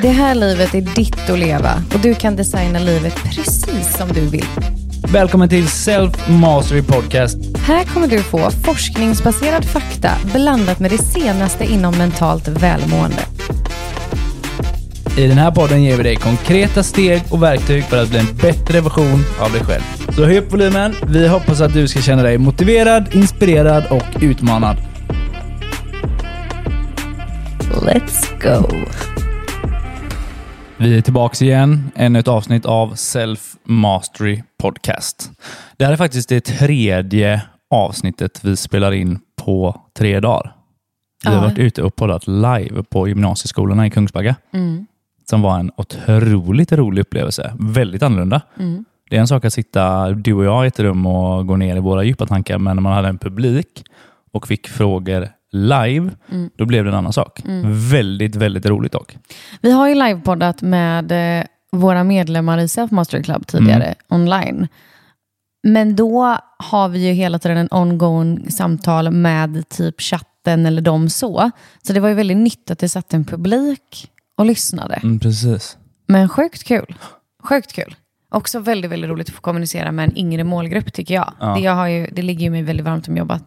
Det här livet är ditt att leva och du kan designa livet precis som du vill. Välkommen till Self Mastery Podcast. Här kommer du få forskningsbaserad fakta blandat med det senaste inom mentalt välmående. I den här podden ger vi dig konkreta steg och verktyg för att bli en bättre version av dig själv. Så höj upp volymen. Vi hoppas att du ska känna dig motiverad, inspirerad och utmanad. Let's go! Vi är tillbaka igen. Ännu ett avsnitt av Self Mastery Podcast. Det här är faktiskt det 3:e avsnittet vi spelar in på 3 dagar. Vi har varit ute och poddat live på gymnasieskolorna i Kungsbacka. Som var en otroligt rolig upplevelse. Väldigt annorlunda. Det är en sak att sitta, du och jag, i ett rum och gå ner i våra djupa tankar. Men när man hade en publik och fick frågor live, då blev det en annan sak. Väldigt, väldigt roligt dock. Vi har ju livepoddat med våra medlemmar i Self Mastery Club tidigare online. Men då har vi ju hela tiden en ongoing samtal med typ chatten eller dem så. Så det var ju väldigt nytt att det satt en publik och lyssnade. Precis. Men sjukt kul. Sjukt kul. Också väldigt, väldigt roligt att få kommunicera med en yngre målgrupp tycker jag. Ja. Det ligger ju mig väldigt varmt om hjärtat.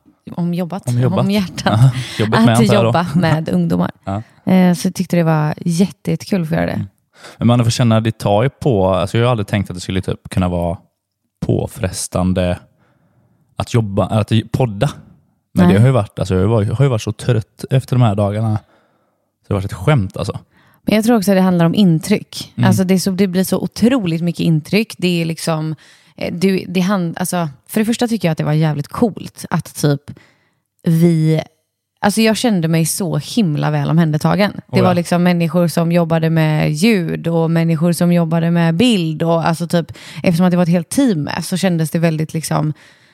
Att jobba med ungdomar. Ja. Så jag tyckte det var jättekul för att göra det. Men man får känna, det tar ju på, alltså jag har aldrig tänkt att det skulle typ kunna vara påfrestande att jobba, att podda. Men det har ju varit, alltså jag har ju varit så trött efter de här dagarna. Så det har varit ett skämt alltså. Men jag tror också att det handlar om intryck. Alltså det blir så otroligt mycket intryck. Det är liksom alltså, för det första tycker jag att det var jävligt coolt att typ alltså jag kände mig så himla väl omhändertagen. Det var liksom människor som jobbade med ljud och människor som jobbade med bild och alltså typ, eftersom att det var ett helt team med, så kändes det väldigt liksom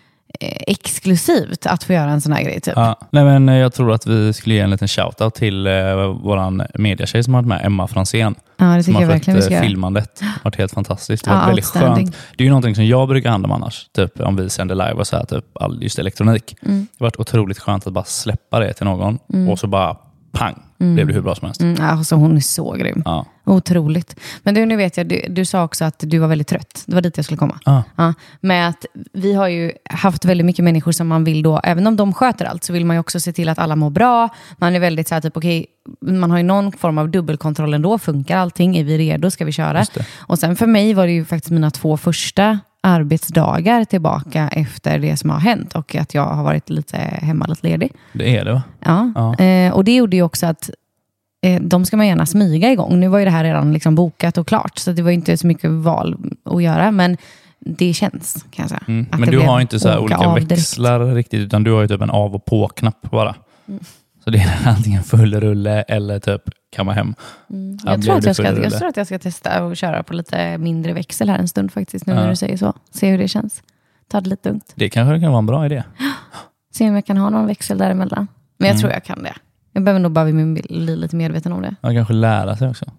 exklusivt att få göra en sån här grej typ. Ja, nej men jag tror att vi skulle ge en liten shoutout till våran mediatjej som har varit med, Emma Fransén. Ja, det tycker jag verkligen vi ska göra. Filmandet har varit helt fantastiskt. Det var väldigt skönt. Det är ju någonting som jag brukar handla om annars. Typ om vi sänder live och så här, typ all just elektronik. Det har varit otroligt skönt att bara släppa det till någon och så bara pang, blev det hur bra som helst. Alltså hon är så grym. Ja. Otroligt. Men nu vet jag, du sa också att du var väldigt trött. Det var dit jag skulle komma. Ja. Med att vi har ju haft väldigt mycket människor som man vill då, även om de sköter allt, så vill man ju också se till att alla mår bra. Man är väldigt så här typ okej, man har ju någon form av dubbelkontroll ändå. Funkar allting? Är vi redo? Ska vi köra? Och sen för mig var det ju faktiskt mina 2 första arbetsdagar tillbaka efter det som har hänt och att jag har varit lite hemma, lite ledig. Det är det va? Ja. Och det gjorde ju också att de ska man gärna smyga igång. Nu var ju det här redan liksom bokat och klart, så det var inte så mycket val att göra, men det känns, kan jag säga. Men du har inte så här olika växlar riktigt, utan du har ju typ en av- och på-knapp bara. Så det är antingen full rulle eller typ kamma hem. Jag tror att jag ska testa och köra på lite mindre växel här en stund faktiskt, nu när du säger så. Se hur det känns. Ta det lite lugnt. Det kanske kan vara en bra idé. Se om jag kan ha någon växel däremellan. Men jag tror jag kan det. Jag behöver nog bara bli lite medveten om det. Man kanske lära sig också.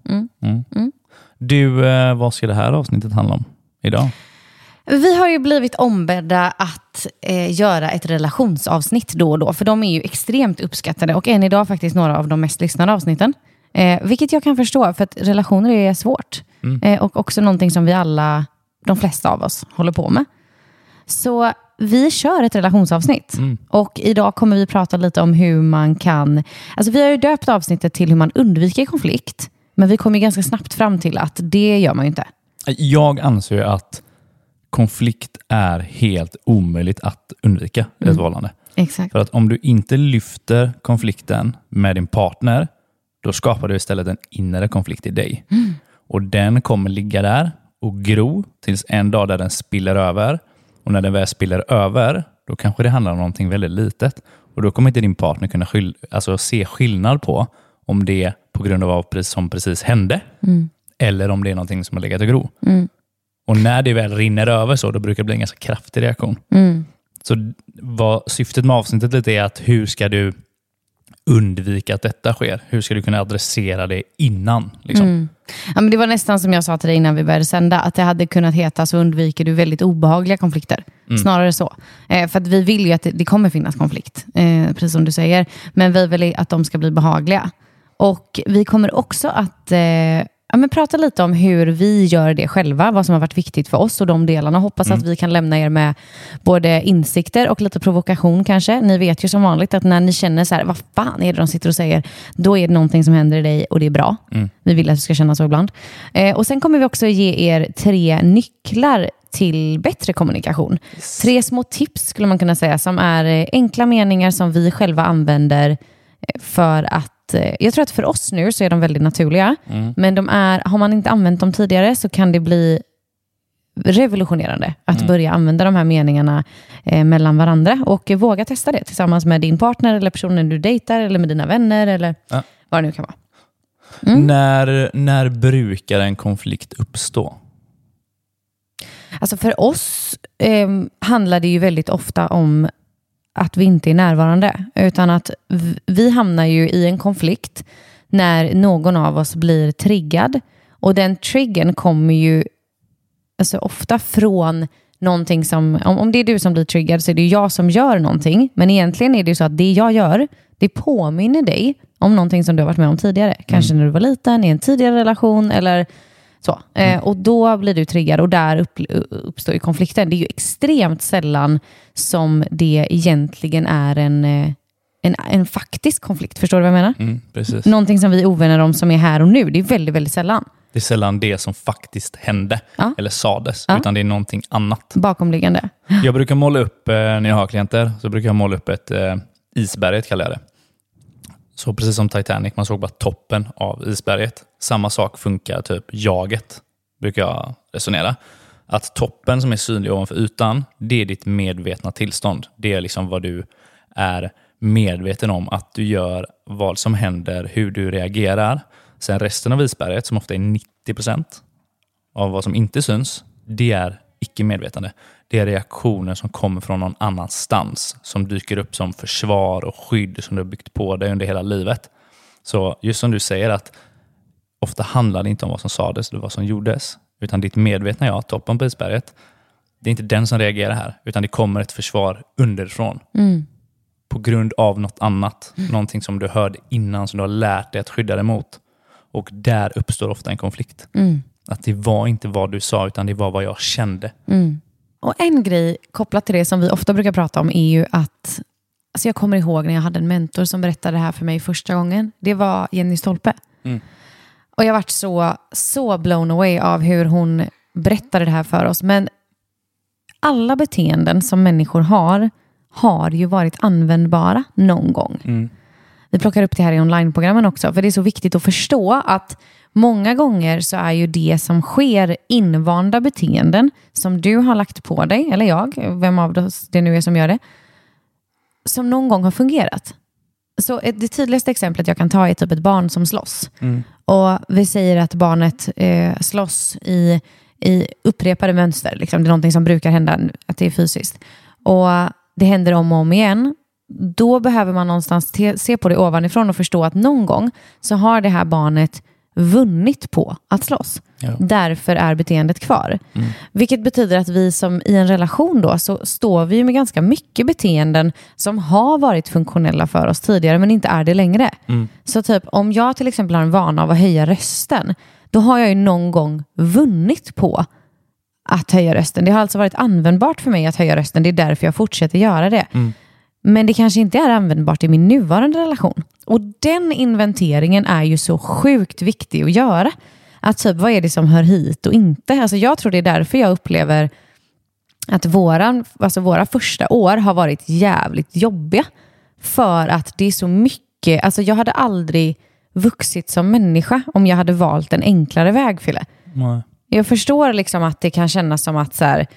Du, vad ska det här avsnittet handla om idag? Vi har ju blivit ombedda att göra ett relationsavsnitt då och då. För de är ju extremt uppskattade. Och än idag faktiskt några av de mest lyssnade avsnitten. Vilket jag kan förstå, för att relationer är svårt. Och också någonting som de flesta av oss håller på med. Så vi kör ett relationsavsnitt. Och idag kommer vi prata lite om hur man kan... Alltså vi har ju döpt avsnittet till hur man undviker konflikt. Men vi kommer ganska snabbt fram till att det gör man ju inte. Jag anser ju att konflikt är helt omöjligt att undvika i ett förhållande. Exakt. För att om du inte lyfter konflikten med din partner, då skapar du istället en inre konflikt i dig. Och den kommer ligga där och gro tills en dag där den spiller över. Och när den väl spiller över, då kanske det handlar om någonting väldigt litet. Och då kommer inte din partner kunna se skillnad på om det är på grund av vad som precis hände. Eller om det är någonting som har legat och gro. Och när det väl rinner över så, då brukar det bli en ganska kraftig reaktion. Så vad syftet med avsnittet lite är att hur ska du undvika att detta sker? Hur ska du kunna adressera det innan? Liksom? Ja, men det var nästan som jag sa till dig innan vi började sända, att det hade kunnat heta så undviker du väldigt obehagliga konflikter. Snarare så. För att vi vill ju att det kommer finnas konflikt, precis som du säger. Men vi vill att de ska bli behagliga. Och vi kommer också att men prata lite om hur vi gör det själva, vad som har varit viktigt för oss och de delarna. Hoppas att vi kan lämna er med både insikter och lite provokation kanske. Ni vet ju som vanligt att när ni känner så här, vad fan är det de sitter och säger, då är det någonting som händer i dig och det är bra. Vi vill att du ska känna så ibland. Och sen kommer vi också ge er 3 nycklar till bättre kommunikation. 3 små tips skulle man kunna säga, som är enkla meningar som vi själva använder för att jag tror att för oss nu så är de väldigt naturliga. Men har man inte använt dem tidigare så kan det bli revolutionerande att börja använda de här meningarna mellan varandra. Och våga testa det tillsammans med din partner eller personen du dejtar eller med dina vänner eller vad det nu kan vara. När brukar en konflikt uppstå? Alltså för oss handlar det ju väldigt ofta om att vi inte är närvarande, utan att vi hamnar ju i en konflikt när någon av oss blir triggad, och den triggern kommer ju alltså ofta från någonting som, om det är du som blir triggad så är det jag som gör någonting, men egentligen är det ju så att det jag gör, det påminner dig om någonting som du har varit med om tidigare, kanske när du var liten, i en tidigare relation eller så. Och då blir du triggad och där uppstår ju konflikten. Det är ju extremt sällan som det egentligen är en faktisk konflikt. Förstår du vad jag menar? Precis. Någonting som vi är ovänner om som är här och nu. Det är väldigt, väldigt sällan. Det är sällan det som faktiskt hände eller sades, utan det är någonting annat. Bakomliggande. Jag brukar måla upp, när jag har klienter, så brukar jag måla upp ett isberget, kallar jag det. Så precis som Titanic, man såg bara toppen av isberget. Samma sak funkar typ jaget, brukar jag resonera. Att toppen som är synlig ovanför ytan, det är ditt medvetna tillstånd. Det är liksom vad du är medveten om att du gör, vad som händer, hur du reagerar. Sen resten av isberget, som ofta är 90% av vad som inte syns, det är icke-medvetande. Det är reaktioner som kommer från någon annanstans, som dyker upp som försvar och skydd som du har byggt på dig under hela livet. Så just som du säger, att ofta handlar det inte om vad som sades eller vad som gjordes, utan ditt medvetna jag, toppen på isberget, det är inte den som reagerar här, utan det kommer ett försvar underifrån. På grund av något annat. Någonting som du hörde innan, som du har lärt dig att skydda dig mot. Och där uppstår ofta en konflikt. Att det var inte vad du sa, utan det var vad jag kände. Och en grej kopplat till det som vi ofta brukar prata om är ju att, alltså jag kommer ihåg när jag hade en mentor som berättade det här för mig första gången. Det var Jenny Stolpe. Och jag varit så blown away av hur hon berättade det här för oss. Men alla beteenden som människor har ju varit användbara någon gång. Vi plockar upp det här i onlineprogrammen också, för det är så viktigt att förstå att många gånger så är ju det som sker invanda beteenden som du har lagt på dig, eller jag, vem av oss det nu är som gör det, som någon gång har fungerat. Så det tydligaste exemplet jag kan ta är typ ett barn som slåss. Och vi säger att barnet slåss i upprepade mönster. Liksom. Det är någonting som brukar hända, att det är fysiskt. Och det händer om och om igen. Då behöver man någonstans se på det ovanifrån och förstå att någon gång så har det här barnet vunnit på att slåss. Därför är beteendet kvar. Vilket betyder att vi som i en relation då, så står vi med ganska mycket beteenden som har varit funktionella för oss tidigare men inte är det längre. Så typ om jag till exempel har en vana av att höja rösten, då har jag ju någon gång vunnit på att höja rösten. Det har alltså varit användbart för mig att höja rösten. Det är därför jag fortsätter göra det. Men det kanske inte är användbart i min nuvarande relation. Och den inventeringen är ju så sjukt viktig att göra. Att typ, vad är det som hör hit och inte? Alltså jag tror det är därför jag upplever att våra första år har varit jävligt jobbiga. För att det är så mycket, alltså jag hade aldrig vuxit som människa om jag hade valt en enklare väg, Fille. Jag förstår liksom att det kan kännas som att så här,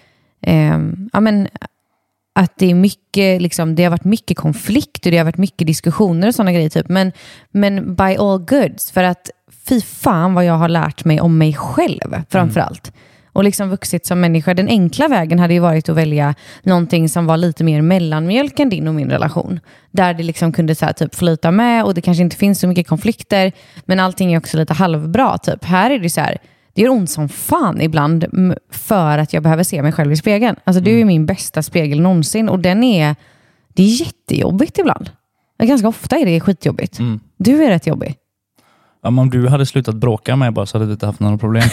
att det är mycket, liksom, det har varit mycket konflikt och det har varit mycket diskussioner och sådana grejer typ. Men by all goods, för att fy fan vad jag har lärt mig om mig själv framförallt. Och liksom vuxit som människa. Den enkla vägen hade ju varit att välja någonting som var lite mer mellanmjölk än din och min relation. Där det liksom kunde så här, typ flyta med och det kanske inte finns så mycket konflikter. Men allting är också lite halvbra typ. Här är det så här, det gör ont som fan ibland för att jag behöver se mig själv i spegeln. Alltså det är ju min bästa spegel någonsin. Och det är jättejobbigt ibland. Ganska ofta är det skitjobbigt. Du är rätt jobbig. Om du hade slutat bråka med bara så hade du inte haft några problem.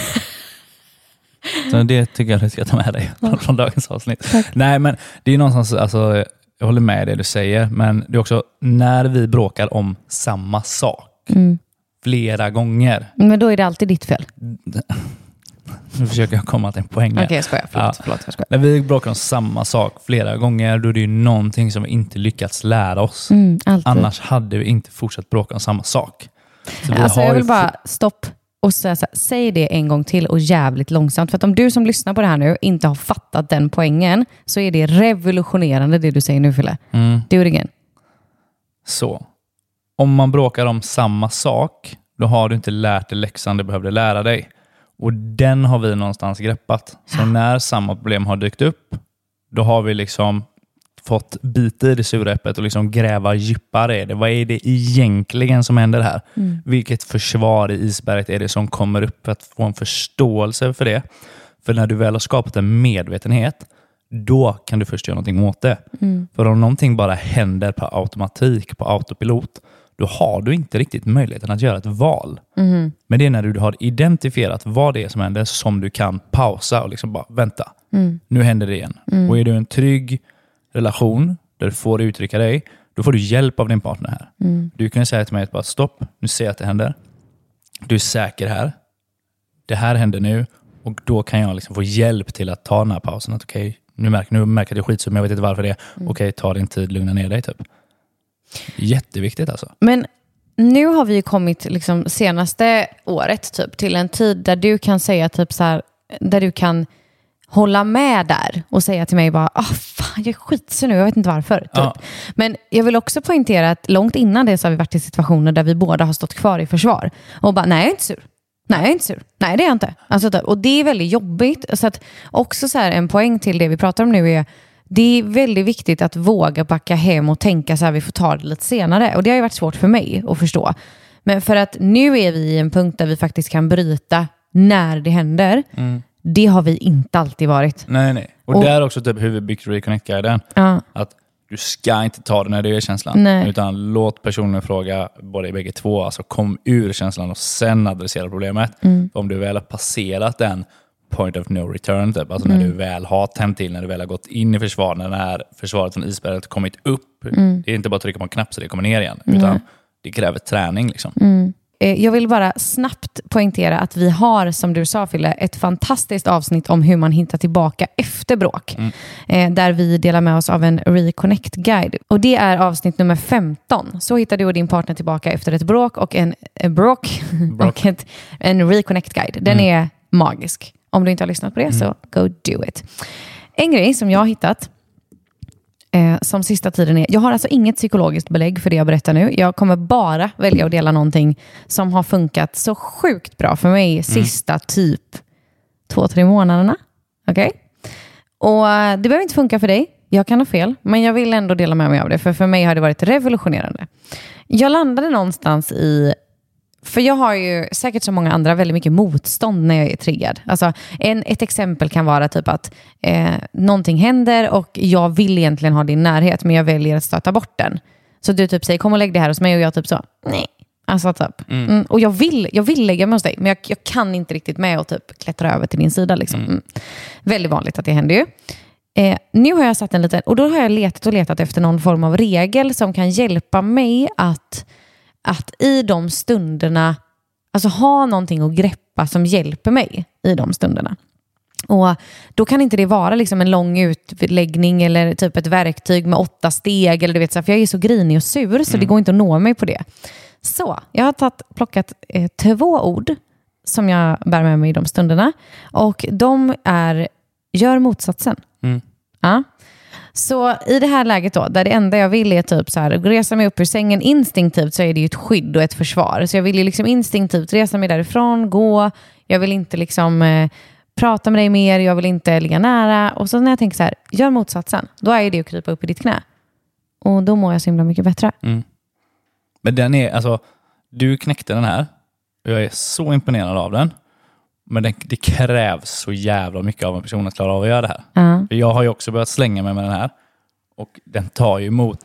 Så det tycker jag du ska ta med dig från dagens avsnitt. Tack. Nej, men det är någonstans, alltså, jag håller med det du säger, men det är också när vi bråkar om samma sak flera gånger. Men då är det alltid ditt fel. Nu försöker jag komma till en poäng här. Okej, jag skojar. Förlåt, jag skojar. När vi bråkar om samma sak flera gånger, då är det ju någonting som vi inte lyckats lära oss. Alltid. Annars hade vi inte fortsatt bråka om samma sak. Så vi Alltså har jag ju vill bara stopp och säga så här, säg det en gång till och jävligt långsamt. För att om du som lyssnar på det här nu inte har fattat den poängen så är det revolutionerande det du säger nu, Fille. Do it again. Så. Om man bråkar om samma sak, då har du inte lärt dig läxan du behövde lära dig. Och den har vi någonstans greppat. Så när samma problem har dykt upp, då har vi liksom fått bita i det sura äpplet och liksom gräva djupare i det. Vad är det egentligen som händer här? Vilket försvar i isberget är det som kommer upp för att få en förståelse för det? För när du väl har skapat en medvetenhet, då kan du först göra någonting åt det. För om någonting bara händer på automatik, på autopilot, då har du inte riktigt möjligheten att göra ett val. Men det är när du har identifierat vad det är som händer som du kan pausa och liksom bara vänta. Nu händer det igen. Och är du en trygg relation där du får uttrycka dig, då får du hjälp av din partner här. Du kan säga till mig bara stopp, nu ser jag att det händer. Du är säker här. Det här händer nu och då kan jag liksom få hjälp till att ta den här pausen. Att okej, nu märker jag att det är skitsur, men jag vet inte varför det är. Okej, ta din tid, lugna ner dig typ. Jätteviktigt alltså. Men nu har vi ju kommit liksom senaste året typ till en tid där du kan säga typ så här, där du kan hålla med där och säga till mig bara, fan jag är skitsur nu, jag vet inte varför. Typ. Ja. Men jag vill också poängtera att långt innan det så har vi varit i situationer där vi båda har stått kvar i försvar och bara, nej jag är inte sur. Nej, jag är inte sur. Nej, det är jag inte. Alltså, och det är väldigt jobbigt. Så att också så här, en poäng till det vi pratar om nu är det är väldigt viktigt att våga backa hem och tänka så här, vi får ta det lite senare. Och det har ju varit svårt för mig att förstå. Men för att nu är vi i en punkt där vi faktiskt kan bryta när det händer. Det har vi inte alltid varit. Nej. Och där också typ hur vi byggt Reconnect-guiden. Att du ska inte ta det när det är känslan. Nej. Utan låt personen fråga både bägge två. Alltså kom ur känslan och sen adressera problemet. Om du väl har passerat den point of no return, typ. Alltså när du väl har tänt till, när du väl har gått in i försvar, när det här försvaret från isberget kommit upp. Det är inte bara att trycka på en knapp så det kommer ner igen. Utan det kräver träning liksom. Jag vill bara snabbt poängtera att vi har, som du sa Fille, ett fantastiskt avsnitt om hur man hittar tillbaka efter bråk. Där vi delar med oss av en Reconnect-guide. Och det är avsnitt nummer 15. Så hittar du och din partner tillbaka efter ett bråk och en Reconnect-guide. Den är magisk. Om du inte har lyssnat på det så go do it. En grej som jag har hittat som sista tiden är, jag har alltså inget psykologiskt belägg för det jag berättar nu. Jag kommer bara välja att dela någonting som har funkat så sjukt bra för mig sista typ 2-3 månaderna. Okej? Och det behöver inte funka för dig. Jag kan ha fel, men jag vill ändå dela med mig av det. För mig har det varit revolutionerande. Jag landade någonstans i, för jag har ju säkert som många andra väldigt mycket motstånd när jag är triggad. Alltså ett exempel kan vara typ att någonting händer och jag vill egentligen ha din närhet men jag väljer att stöta bort den. Så du typ säger kom och lägg det här hos mig och jag typ så, nej. Alltså typ. Och jag vill lägga mig hos dig men jag kan inte riktigt med att typ klättra över till din sida. Liksom. Väldigt vanligt att det händer ju. Nu har jag satt en liten, och då har jag letat efter någon form av regel som kan hjälpa mig att i de stunderna alltså ha någonting att greppa som hjälper mig i de stunderna. Och då kan inte det vara liksom en lång utläggning eller typ ett verktyg med 8 steg eller du vet så, för jag är så grinig och sur så det går inte att nå mig på det. Så jag har plockat 2 ord som jag bär med mig i de stunderna och de är gör motsatsen. Ja. Så i det här läget då, där det enda jag vill är typ så här, resa mig upp ur sängen instinktivt så är det ju ett skydd och ett försvar. Så jag vill ju liksom instinktivt resa mig därifrån, gå. Jag vill inte liksom prata med dig mer, jag vill inte ligga nära. Och så när jag tänker så här, gör motsatsen, då är det att krypa upp i ditt knä. Och då mår jag så himla mycket bättre. Men den är, alltså, du knäckte den här. Jag är så imponerad av den. Men det krävs så jävla mycket av en person att klara av att göra det här. För jag har ju också börjat slänga mig med den här. Och den tar ju emot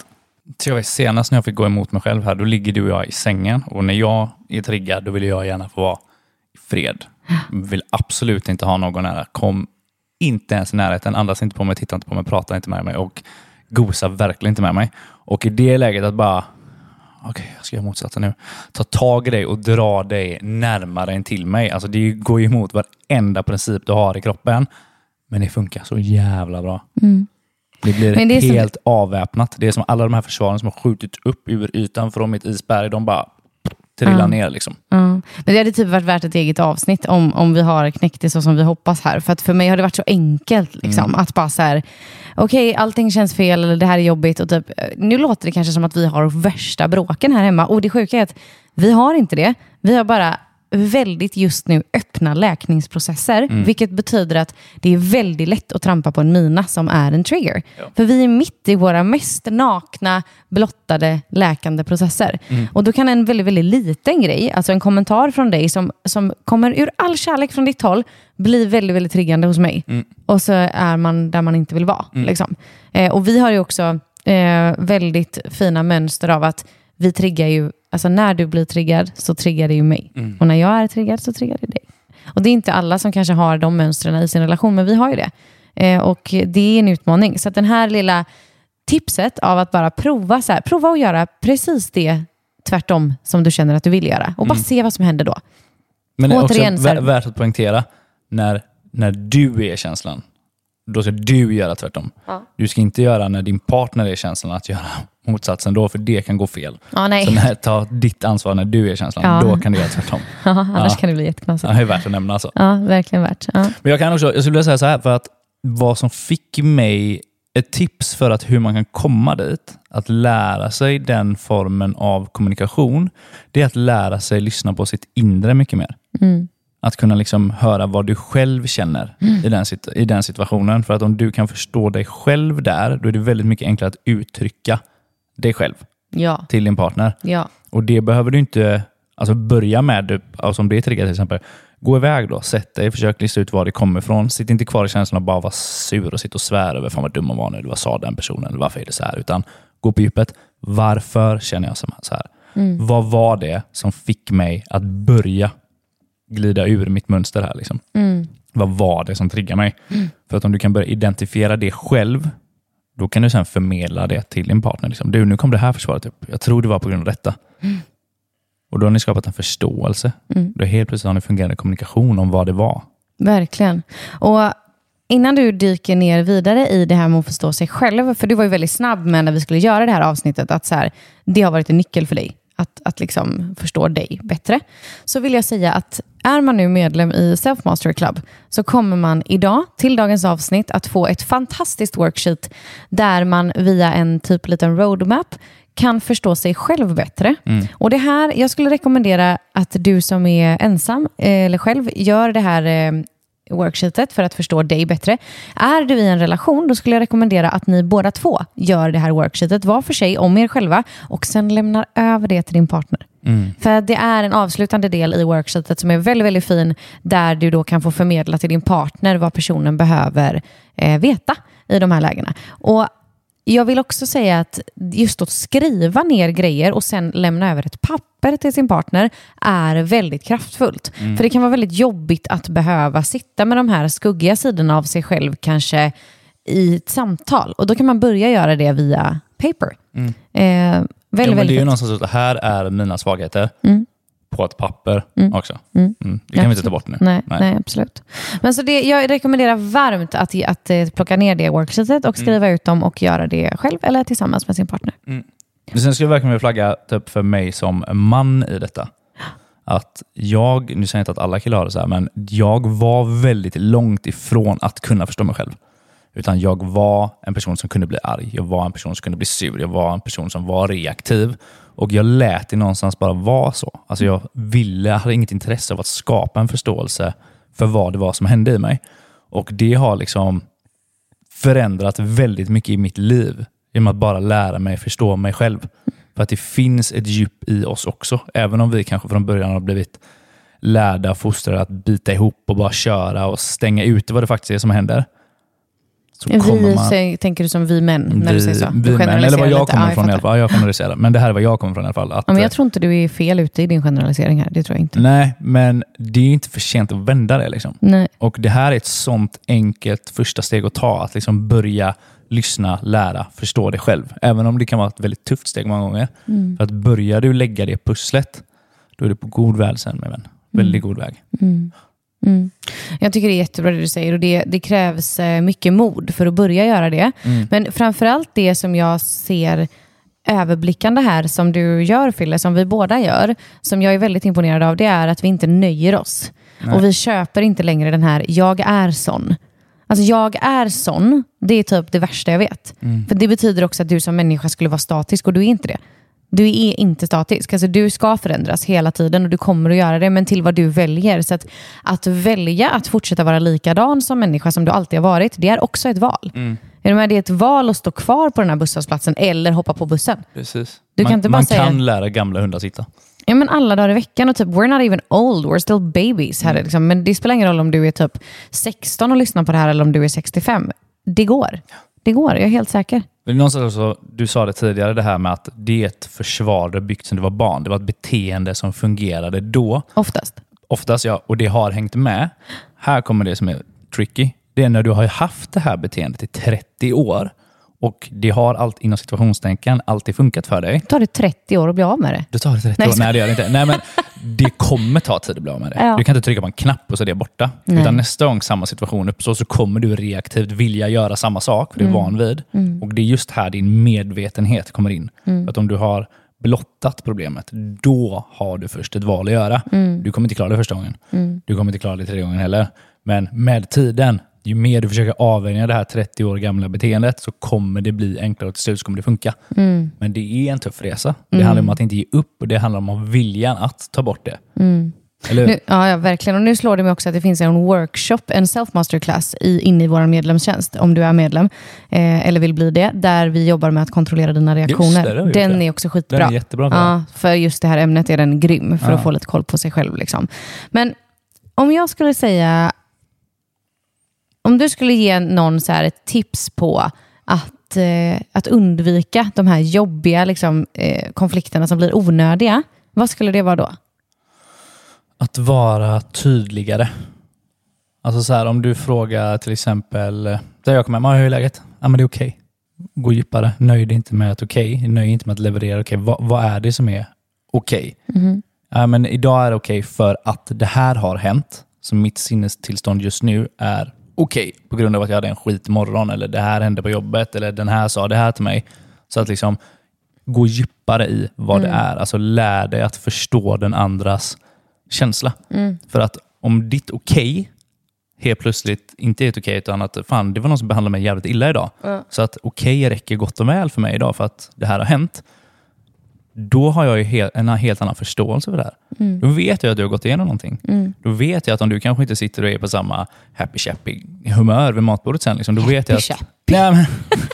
Så jag vet, senast när jag fick gå emot mig själv här, då ligger du och jag i sängen. Och när jag är triggad, då vill jag gärna få vara i fred. Vill absolut inte ha någon nära. Kom inte ens i närheten, andas inte på mig, tittar inte på mig, pratar inte med mig och gosar verkligen inte med mig. Och i det läget att bara, okej, jag ska göra motsatsen nu. Ta tag i dig och dra dig närmare in till mig. Alltså det går ju emot varenda princip du har i kroppen. Men det funkar så jävla bra. Det blir helt avväpnat. Det är som alla de här försvaren som har skjutit upp ur ytan från mitt isberg. De bara trillar ner liksom. Men det hade typ varit värt ett eget avsnitt om vi har knäckt det så som vi hoppas här. För att för mig har det varit så enkelt liksom, att bara så här, okej, allting känns fel eller det här är jobbigt. Och typ, nu låter det kanske som att vi har värsta bråken här hemma. Och det sjuka är att vi har inte det. Vi har bara väldigt just nu öppna läkningsprocesser, vilket betyder att det är väldigt lätt att trampa på en mina som är en trigger. Ja. För vi är mitt i våra mest nakna, blottade, läkande processer. Och då kan en väldigt, väldigt liten grej, alltså en kommentar från dig som kommer ur all kärlek från ditt håll, bli väldigt, väldigt triggande hos mig. Och så är man där man inte vill vara. Liksom. Och vi har ju också väldigt fina mönster av att vi triggar ju, alltså när du blir triggad så triggar det ju mig. Och när jag är triggad så triggar det dig. Och det är inte alla som kanske har de mönstren i sin relation, men vi har ju det. Och det är en utmaning. Så att den här lilla tipset av att bara prova så här, prova att göra precis det tvärtom som du känner att du vill göra. Och bara se vad som händer då. Men det är återigen, också värt att poängtera, när du är känslan, då ska du göra tvärtom. Ja. Du ska inte göra när din partner är känslan att göra motsatsen då, för det kan gå fel. Ja, nej. Så ta ditt ansvar när du är känslan, då kan du göra tvärtom. Annars kan det bli jätteknasigt. Det är värt att nämna alltså. Ja, verkligen värt. Ja. Men jag skulle vilja säga så här, för att vad som fick mig ett tips för att hur man kan komma dit, att lära sig den formen av kommunikation, det är att lära sig lyssna på sitt inre mycket mer. Att kunna liksom höra vad du själv känner i den situationen. För att om du kan förstå dig själv där, då är det väldigt mycket enklare att uttrycka dig själv till din partner. Ja. Och det behöver du inte börja med, alltså om det är triggat till exempel. Gå iväg då, sätt dig, försök lista ut var det kommer ifrån. Sitt inte kvar i känslan av bara vara sur och sitta och svära över fan vad dum man var nu, eller vad sa den personen, eller varför är det så här. Utan gå på djupet. Varför känner jag så här? Vad var det som fick mig att börja glida ur mitt mönster här liksom? Vad var det som triggar mig? För att om du kan börja identifiera det själv, då kan du sen förmedla det till din partner liksom. Du, nu kom det här försvaret upp. Jag tror det var på grund av detta. Och då har ni skapat en förståelse. Då helt plötsligt har ni fungerande kommunikation om vad det var. Verkligen. Och innan du dyker ner vidare i det här med att förstå sig själv, för du var ju väldigt snabb med när vi skulle göra det här avsnittet, att så här, det har varit en nyckel för dig. Att liksom förstå dig bättre. Så vill jag säga att är man nu medlem i Self Mastery Club så kommer man idag till dagens avsnitt att få ett fantastiskt worksheet där man via en typ liten roadmap kan förstå sig själv bättre. Och det här, jag skulle rekommendera att du som är ensam eller själv gör det här worksheetet för att förstå dig bättre. Är du i en relation, då skulle jag rekommendera att ni båda två gör det här worksheetet var för sig om er själva och sen lämnar över det till din partner. För det är en avslutande del i worksheetet som är väldigt, väldigt fin, där du då kan få förmedla till din partner vad personen behöver veta i de här lägena. Och jag vill också säga att just att skriva ner grejer och sen lämna över ett papper till sin partner är väldigt kraftfullt. För det kan vara väldigt jobbigt att behöva sitta med de här skuggiga sidorna av sig själv kanske i ett samtal. Och då kan man börja göra det via paper. Väldigt, men det är ju någonstans att här är mina svagheter på ett papper också. Det kan vi inte ta bort nu. Nej, absolut. Men så jag rekommenderar varmt att plocka ner det worksheetet och skriva ut dem och göra det själv eller tillsammans med sin partner. Sen skulle jag verkligen vilja flagga typ för mig som man i detta. Att nu säger jag inte att alla killar har det så här, men jag var väldigt långt ifrån att kunna förstå mig själv. Utan jag var en person som kunde bli arg. Jag var en person som kunde bli sur. Jag var en person som var reaktiv. Och jag lät det någonstans bara vara så. Alltså jag hade inget intresse av att skapa en förståelse för vad det var som hände i mig. Och det har liksom förändrat väldigt mycket i mitt liv. Genom att bara lära mig förstå mig själv. För att det finns ett djup i oss också. Även om vi kanske från början har blivit lärda och fostrade att bita ihop och bara köra och stänga ute vad det faktiskt är som händer. så kommer man... Tänker du som vi män när du säger så? Vi män, eller vad jag kommer från i alla fall. Jag generaliserar. Men det här är vad jag kommer från i alla fall. Att, men jag tror inte du är fel ute i din generalisering här. Det tror jag inte. Nej, men det är inte för sent att vända det. Liksom. Nej. Och det här är ett sånt enkelt första steg att ta. Att liksom börja lyssna, lära, förstå det själv. Även om det kan vara ett väldigt tufft steg många gånger. För att börjar du lägga det pusslet, då är du på god väg sen, min vän. Väldigt god väg. Jag tycker det är jättebra det du säger, och det krävs mycket mod för att börja göra det. Men framförallt det som jag ser överblickande här som du gör, Fille, som vi båda gör, som jag är väldigt imponerad av, det är att vi inte nöjer oss. Nej. Och vi köper inte längre den här jag är sån. Alltså jag är sån, det är typ det värsta jag vet. För det betyder också att du som människa skulle vara statisk, och du är inte det. Du är inte statisk. Alltså du ska förändras hela tiden, och du kommer att göra det, men till vad du väljer. Så att välja att fortsätta vara likadan som människa som du alltid har varit, det är också ett val. Det är ett val att stå kvar på den här busshållplatsen eller hoppa på bussen. Precis. Du kan inte bara säga... kan lära gamla hundar sitta. Ja, men alla dagar i veckan, och typ we're not even old, we're still babies här liksom. Men det spelar ingen roll om du är typ 16 och lyssnar på det här eller om du är 65. Det går, jag är helt säker. Men någonstans så, du sa det tidigare, det här med att det är ett försvar det byggt sedan du var barn. Det var ett beteende som fungerade då. Oftast, ja. Och det har hängt med. Här kommer det som är tricky. Det är när du har haft det här beteendet i 30 år. Och det har allt inom situationstänken alltid funkat för dig. Tar det 30 år att bli av med det? Det tar det 30 år? Nej, det gör det inte. Nej, men det kommer ta tid att bli av med det. Ja. Du kan inte trycka på en knapp och så är det borta. Nej. Utan nästa gång samma situation uppstår så kommer du reaktivt vilja göra samma sak. För du är van vid. Och det är just här din medvetenhet kommer in. För att om du har blottat problemet, då har du först ett val att göra. Du kommer inte klara det första gången. Du kommer inte klara det 3 gånger heller. Men med tiden, ju mer du försöker avvänja det här 30 år gamla beteendet, så kommer det bli enklare och till slut kommer det funka. Men det är en tuff resa. Det handlar om att inte ge upp, och det handlar om viljan att ta bort det. Eller? Nu, ja, verkligen. Och nu slår det mig också att det finns en workshop, en self-masterclass inne i vår medlemstjänst, om du är medlem eller vill bli det, där vi jobbar med att kontrollera dina reaktioner. Den är också skitbra. Den är jättebra. Ja, för just det här ämnet är den grym för att få lite koll på sig själv. Liksom. Men om jag skulle säga, om du skulle ge någon så här ett tips på att undvika de här jobbiga liksom, konflikterna som blir onödiga, vad skulle det vara då? Att vara tydligare. Alltså så här, om du frågar till exempel, där jag kommer med, hur är läget? Ja, men det är okej. Gå djupare. Nöjd inte med att nöjd inte med att leverera okej. Vad är det som är okej? Ja, men idag är det okej för att det här har hänt. Så mitt sinnestillstånd just nu är okej på grund av att jag hade en skit morgon, eller det här hände på jobbet, eller den här sa det här till mig. Så att liksom gå djupare i vad det är. Alltså lär dig att förstå den andras känsla. För att om ditt okej helt plötsligt inte är ett okej, utan att fan, det var någon som behandlade mig jävligt illa idag. Så att okej räcker gott och väl för mig idag för att det här har hänt. Då har jag ju en helt annan förståelse för det här. Då vet jag att du har gått igenom någonting. Då vet jag att om du kanske inte sitter och är på samma happy-chappy humör vid matbordet sen, liksom, då vet jag att... Nej, men...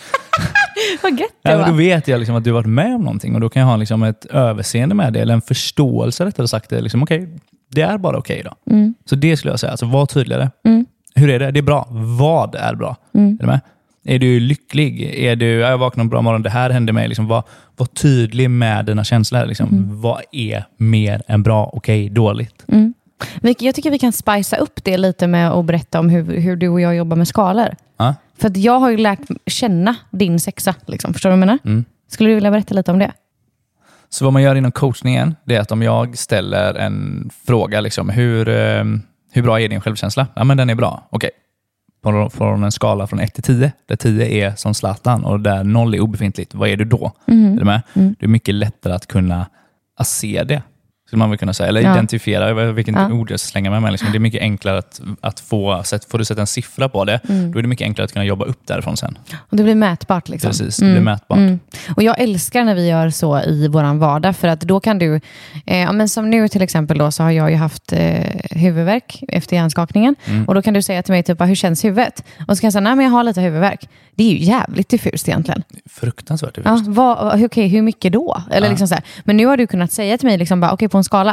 Vad gött det var. Då vet jag liksom att du har varit med om någonting, och då kan jag ha liksom ett överseende med det, eller en förståelse rättare sagt. Liksom, okej, det är bara okej då. Så det skulle jag säga. Alltså, var tydligare. Hur är det? Det är bra. Vad är bra? Är du med? Är du lycklig? Jag vaknar en bra morgon, det här hände mig. Liksom, var tydlig med dina känslor. Liksom. Vad är mer än bra, okej, dåligt? Jag tycker vi kan spicea upp det lite med att berätta om hur du och jag jobbar med skalor. För att jag har ju lärt känna din sexa. Liksom. Förstår du vad jag menar? Skulle du vilja berätta lite om det? Så vad man gör inom coachningen, det är att om jag ställer en fråga, liksom, hur bra är din självkänsla? Ja, men den är bra. Okej. Från en skala från 1 till 10, där 10 är som Zlatan och där 0 är obefintligt. Vad är du då? Är du med? Det är mycket lättare att kunna se det. Skulle man väl kunna säga. Eller identifiera, vilket ord jag slänger med. Liksom. Det är mycket enklare att får du sätta en siffra på det, då är det mycket enklare att kunna jobba upp därifrån sen. Och det blir mätbart. Liksom. Precis, det blir mätbart. Och jag älskar när vi gör så i våran vardag, för att då kan du, men som nu till exempel då, så har jag ju haft huvudvärk efter hjärnskakningen. Och då kan du säga till mig typ, hur känns huvudet? Och så kan jag säga, nej men jag har lite huvudvärk. Det är ju jävligt diffust egentligen. Fruktansvärt diffust. Hur mycket då? Eller liksom så här. Men nu har du kunnat säga till mig liksom bara, okej, på en skala.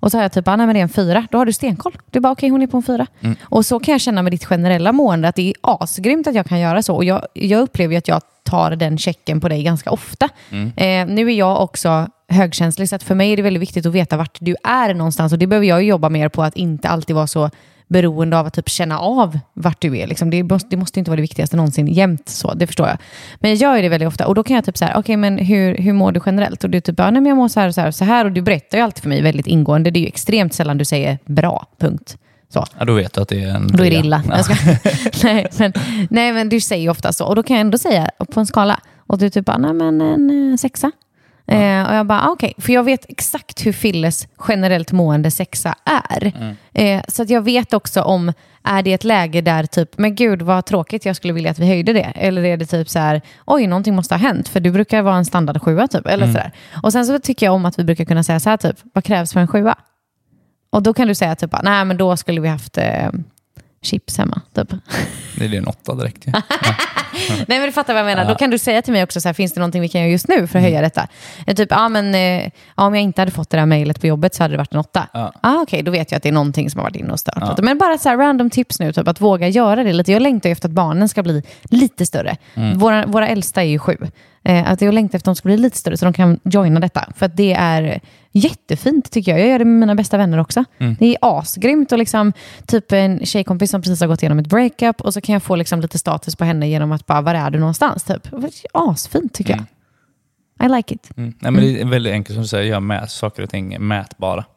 Och så har jag typ, nej men det är en 4. Då har du stenkoll. Du bara, okej, hon är på en 4. Och så kan jag känna med ditt generella mående att det är asgrymt att jag kan göra så. Och jag upplever ju att jag tar den checken på dig ganska ofta. Nu är jag också högkänslig, så att för mig är det väldigt viktigt att veta vart du är någonstans. Och det behöver jag jobba mer på, att inte alltid vara så beroende av att typ känna av vart du är. Liksom. Det måste inte vara det viktigaste någonsin jämt, så det förstår jag. Men jag gör det väldigt ofta, och då kan jag typ så här, okej, men hur mår du generellt? Och du typ, nej men jag mår så här och så här och så här, och du berättar ju alltid för mig väldigt ingående. Det är ju extremt sällan du säger bra, punkt. Så. Ja, då vet du att det är en... Då är det illa. Ja. nej, men du säger ju ofta så. Och då kan jag ändå säga på en skala. Och du typ, nej men en 6. Och jag bara, okej. För jag vet exakt hur Filles generellt mående 6 är. Så att jag vet också om, är det ett läge där typ, men gud vad tråkigt, jag skulle vilja att vi höjde det. Eller är det typ så här, oj, någonting måste ha hänt. För du brukar vara en standard 7 typ. Eller sådär. Och sen så tycker jag om att vi brukar kunna säga så här typ, vad krävs för en 7? Och då kan du säga typ, nej men då skulle vi haft chips hemma typ. Det är en 8 direkt. Ja. Nej, men du fattar vad jag menar. Ja. Då kan du säga till mig också så här, finns det någonting vi kan göra just nu för att höja detta? Typ, om jag inte hade fått det där mejlet på jobbet så hade det varit en 8. Okej, då vet jag att det är någonting som har varit inne och stört. Ja. Men bara så här random tips nu, typ att våga göra det lite. Jag längtar efter att barnen ska bli lite större. Våra äldsta är ju 7. Att jag längtar efter att de ska bli lite större så de kan joina detta. För att det är jättefint tycker jag. Jag gör det med mina bästa vänner också. Det är asgrymt, och liksom typ en tjejkompis som precis har gått igenom ett breakup, och så kan jag få liksom lite status på henne genom att bara, var är du någonstans? Typ. Asfint tycker jag. I like it. Nej, men det är väldigt enkelt som du säger, gör saker och ting mätbara.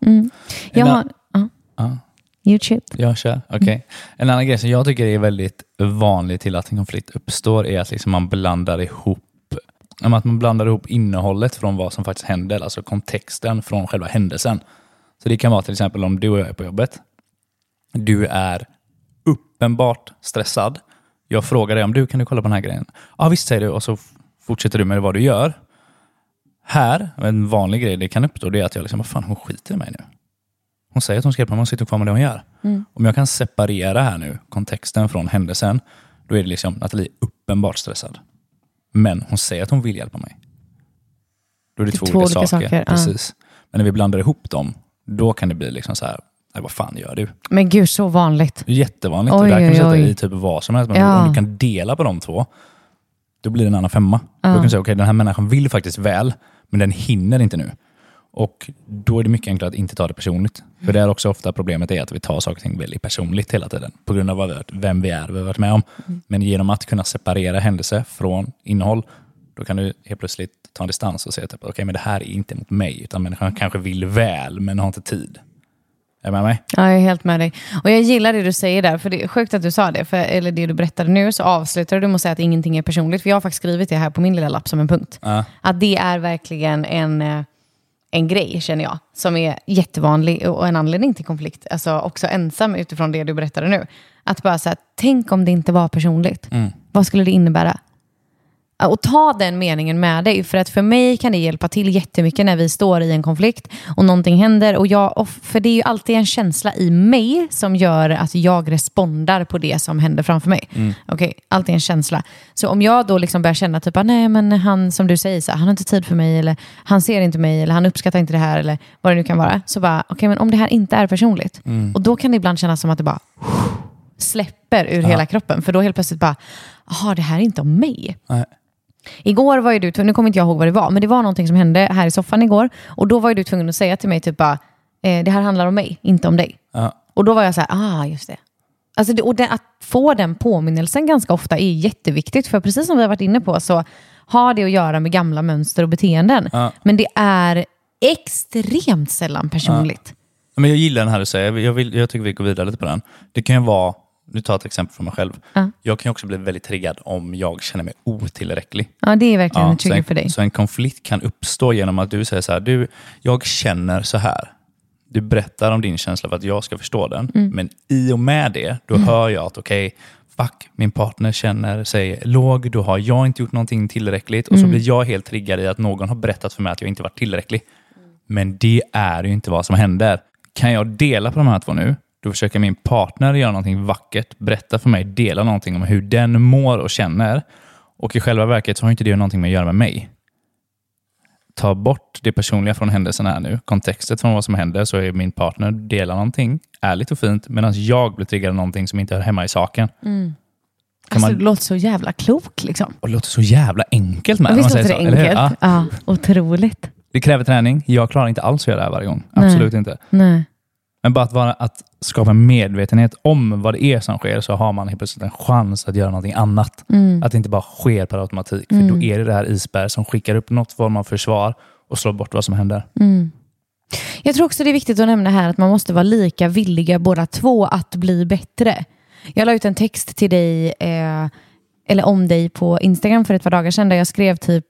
You shoot. Jag kör, okej. En annan grej som jag tycker är väldigt vanlig till att en konflikt uppstår är att liksom man blandar ihop innehållet från vad som faktiskt händer, alltså kontexten från själva händelsen. Så det kan vara till exempel om du och jag är på jobbet. Du är uppenbart stressad. Jag frågar dig om kan du kolla på den här grejen? Ja, visst, säger du, och så fortsätter du med vad du gör. Här, en vanlig grej det kan uppstå, det är att jag liksom, vad fan, hon skiter i mig nu. Hon säger att hon ska hjälpa mig, hon sitter kvar med det hon gör. Om jag kan separera här nu kontexten från händelsen, då är det liksom Nathalie uppenbart stressad. Men hon säger att hon vill hjälpa mig. Då är det två olika saker. Precis. Men när vi blandar ihop dem, då kan det bli liksom så här, vad fan gör du? Men gud, så vanligt. Det är jättevanligt. Och där kan du sätta i typ vad som helst. Men om du kan dela på de två, då blir det en annan 5. Då kan du säga, okej, den här människan vill faktiskt väl, men den hinner inte nu. Och då är det mycket enklare att inte ta det personligt. För det är också ofta problemet är att vi tar saker och ting väldigt personligt hela tiden. På grund av vem vi är, vi har varit med om. Men genom att kunna separera händelse från innehåll, då kan du helt plötsligt ta en distans och säga typ, okej, men det här är inte mot mig. Utan människan kanske vill väl, men har inte tid. Är du med mig? Ja, jag är helt med dig. Och jag gillar det du säger där, för det är sjukt att du sa det. Eller det du berättade nu, så avslutar du med att säga att ingenting är personligt. För jag har faktiskt skrivit det här på min lilla lapp som en punkt. Att det är verkligen en grej, känner jag, som är jättevanlig och en anledning till konflikt. Alltså också ensam utifrån det du berättade nu. Att bara säga, tänk om det inte var personligt. Vad skulle det innebära? Och ta den meningen med dig. För att för mig kan det hjälpa till jättemycket när vi står i en konflikt och någonting händer. För det är ju alltid en känsla i mig som gör att jag respondar på det som händer framför mig. Okej, alltid en känsla. Så om jag då liksom börjar känna typ, nej men han, som du säger, så, han har inte tid för mig, eller han ser inte mig, eller han uppskattar inte det här, eller vad det nu kan vara. Så bara, okej, men om det här inte är personligt. Och då kan det ibland kännas som att det bara släpper ur hela kroppen. För då helt plötsligt bara, jaha, det här är inte om mig. Nej. Igår var ju du, nu kommer inte jag ihåg vad det var, men det var någonting som hände här i soffan igår. Och då var ju du tvungen att säga till mig typ bara, det här handlar om mig, inte om dig. Och då var jag så här, just det. Alltså att få den påminnelsen ganska ofta är jätteviktigt. För precis som vi har varit inne på så har det att göra med gamla mönster och beteenden. Men det är extremt sällan personligt. Men jag gillar den här du säger. Jag tycker vi går vidare lite på den. Det kan ju vara, nu tar jag ett exempel från mig själv. Jag kan också bli väldigt triggad om jag känner mig otillräcklig. Ja, det är verkligen en trigger för dig. Så en konflikt kan uppstå genom att du säger så här, jag känner så här. Du berättar om din känsla för att jag ska förstå den. Men i och med det, då hör jag att min partner känner sig låg, då har jag inte gjort någonting tillräckligt. Och så blir jag helt triggad i att någon har berättat för mig att jag inte varit tillräcklig. Men det är ju inte vad som händer. Kan jag dela på de här två nu? Då försöker min partner göra någonting vackert, berätta för mig, dela någonting om hur den mår och känner. Och i själva verket så har inte det någonting med att göra med mig. ta bort det personliga från händelserna här nu, kontextet från vad som händer, så är min partner delar någonting ärligt och fint, medan jag blir triggad av någonting som inte hör hemma i saken. Alltså, det låter så jävla klok liksom. Och det låter så jävla enkelt med. Visst låter det enkelt? Ja, otroligt. Det kräver träning. Jag klarar inte alls att göra det här varje gång. Absolut inte. Nej. Men bara att skapa medvetenhet om vad det är som sker, så har man helt plötsligt en chans att göra någonting annat. Att det inte bara sker per automatik. För då är det här isberg som skickar upp något form av försvar och slår bort vad som händer. Jag tror också det är viktigt att nämna här att man måste vara lika villiga båda två att bli bättre. Jag la ut en text till dig eller om dig på Instagram för ett par dagar sedan där jag skrev typ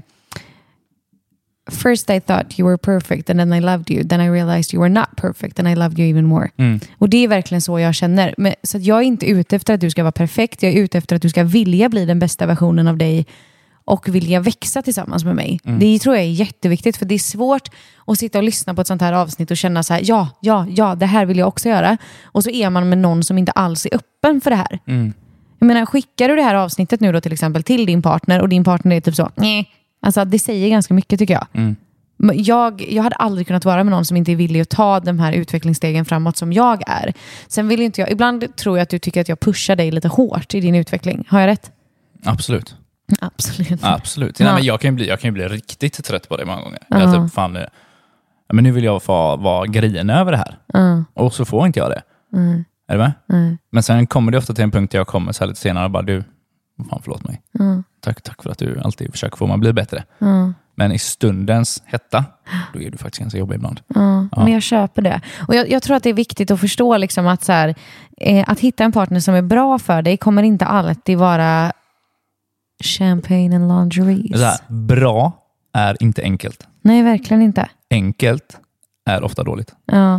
First I thought you were perfect and then I loved you. Then I realized you were not perfect and I loved you even more. Och det är verkligen så jag känner. Men, så att jag är inte ute efter att du ska vara perfekt. Jag är ute efter att du ska vilja bli den bästa versionen av dig och vilja växa tillsammans med mig. Det tror jag är jätteviktigt, för det är svårt att sitta och lyssna på ett sånt här avsnitt och känna så här, ja, det här vill jag också göra. Och så är man med någon som inte alls är öppen för det här. Jag menar, skickar du det här avsnittet nu då till exempel till din partner och din partner är typ så, nej. Alltså det säger ganska mycket tycker jag. Jag hade aldrig kunnat vara med någon som inte är villig att ta de här utvecklingsstegen framåt som jag är. Sen vill inte jag, ibland tror jag att du tycker att jag pushar dig lite hårt i din utveckling. Har jag rätt? Absolut. Absolut. Nej, men jag kan ju bli riktigt trött på det många gånger. Jag typ, fan, men nu vill jag vara grinig över det här. Och så får inte jag det. Är du med? Men sen kommer det ofta till en punkt där jag kommer så här lite senare och bara, du, fan förlåt mig. Tack för att du alltid försöker få mig att bli bättre. Men i stundens hetta, då är du faktiskt ganska jobbig ibland. Men jag köper det. Och jag tror att det är viktigt att förstå liksom att, så här, att hitta en partner som är bra för dig kommer inte alltid vara champagne and lingerie. Så här, bra är inte enkelt. Nej, verkligen inte. Enkelt är ofta dåligt.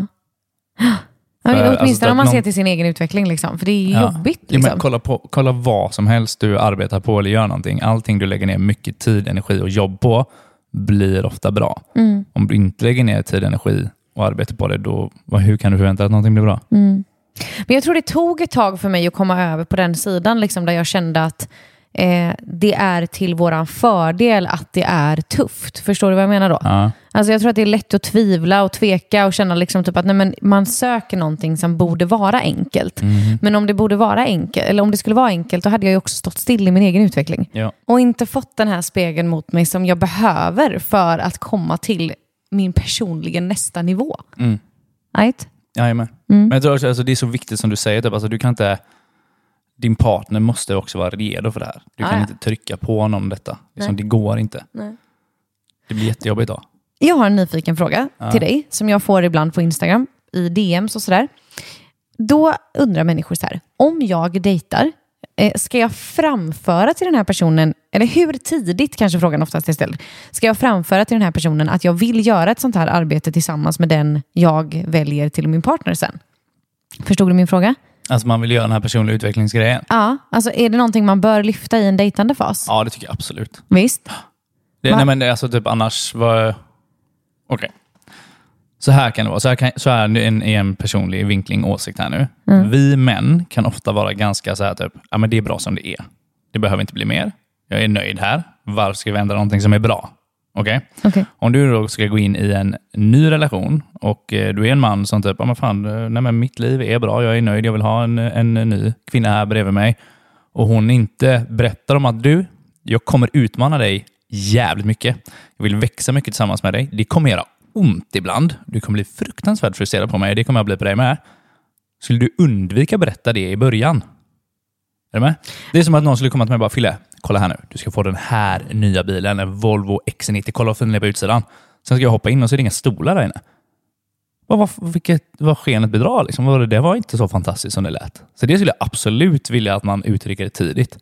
Åtminstone alltså, om man ser till sin egen utveckling liksom. För det är jobbigt liksom. Men kolla vad som helst du arbetar på eller gör någonting. Allting du lägger ner mycket tid, energi och jobb på blir ofta bra. Om du inte lägger ner tid, energi och arbete på det, då hur kan du förvänta dig att någonting blir bra? Men jag tror det tog ett tag för mig att komma över på den sidan liksom, där jag kände att det är till våran fördel att det är tufft. Förstår du vad jag menar då? Alltså jag tror att det är lätt att tvivla och tveka och känna liksom typ att nej, men man söker någonting som borde vara enkelt. Men om det borde vara enkelt, eller om det skulle vara enkelt, då hade jag ju också stått still i min egen utveckling. Och inte fått den här spegeln mot mig som jag behöver för att komma till min personliga nästa nivå. Right? Jajamän. Men jag tror också, alltså, det är så viktigt som du säger, typ, alltså, du kan inte, din partner måste också vara redo för det här. Du kan inte trycka på honom om detta. Liksom, det går inte. Det blir jättejobbigt då. Jag har en nyfiken fråga till dig som jag får ibland på Instagram i DMs och sådär. Då undrar människor så här: om jag dejtar, ska jag framföra till den här personen, eller hur tidigt kanske frågan oftast är ställd, ska jag framföra till den här personen att jag vill göra ett sånt här arbete tillsammans med den jag väljer till min partner sen? Förstod du min fråga? Alltså man vill göra den här personliga utvecklingsgrejen. Ja, alltså är det någonting man bör lyfta i en dejtande fas? Ja, det tycker jag absolut. Visst? Nej, men det är alltså typ annars var... Okej. Så här kan det vara. Så här är en personlig vinkling, åsikt här nu. Vi män kan ofta vara ganska så här typ, ja men det är bra som det är. Det behöver inte bli mer. Jag är nöjd här. Varför ska vi ändra någonting som är bra? Okej? Om du då ska gå in i en ny relation och du är en man som typ, ja men fan, nej men mitt liv är bra, jag är nöjd, jag vill ha en ny kvinna här bredvid mig, och hon inte berättar om att jag kommer utmana dig jävligt mycket. Jag vill växa mycket tillsammans med dig. Det kommer göra ont ibland. Du kommer bli fruktansvärt frustrerad på mig. Det kommer jag bli på dig med. Skulle du undvika att berätta det i början? Är du med? Det är som att någon skulle komma till mig och bara, Fille, kolla här nu. Du ska få den här nya bilen, en Volvo XC90. Kolla vad fin den är på utsidan. Sen ska jag hoppa in och så är det inga stolar där inne. Vad skenet bedrar liksom? Det var inte så fantastiskt som det lät. Så det skulle jag absolut vilja att man uttrycker det tidigt.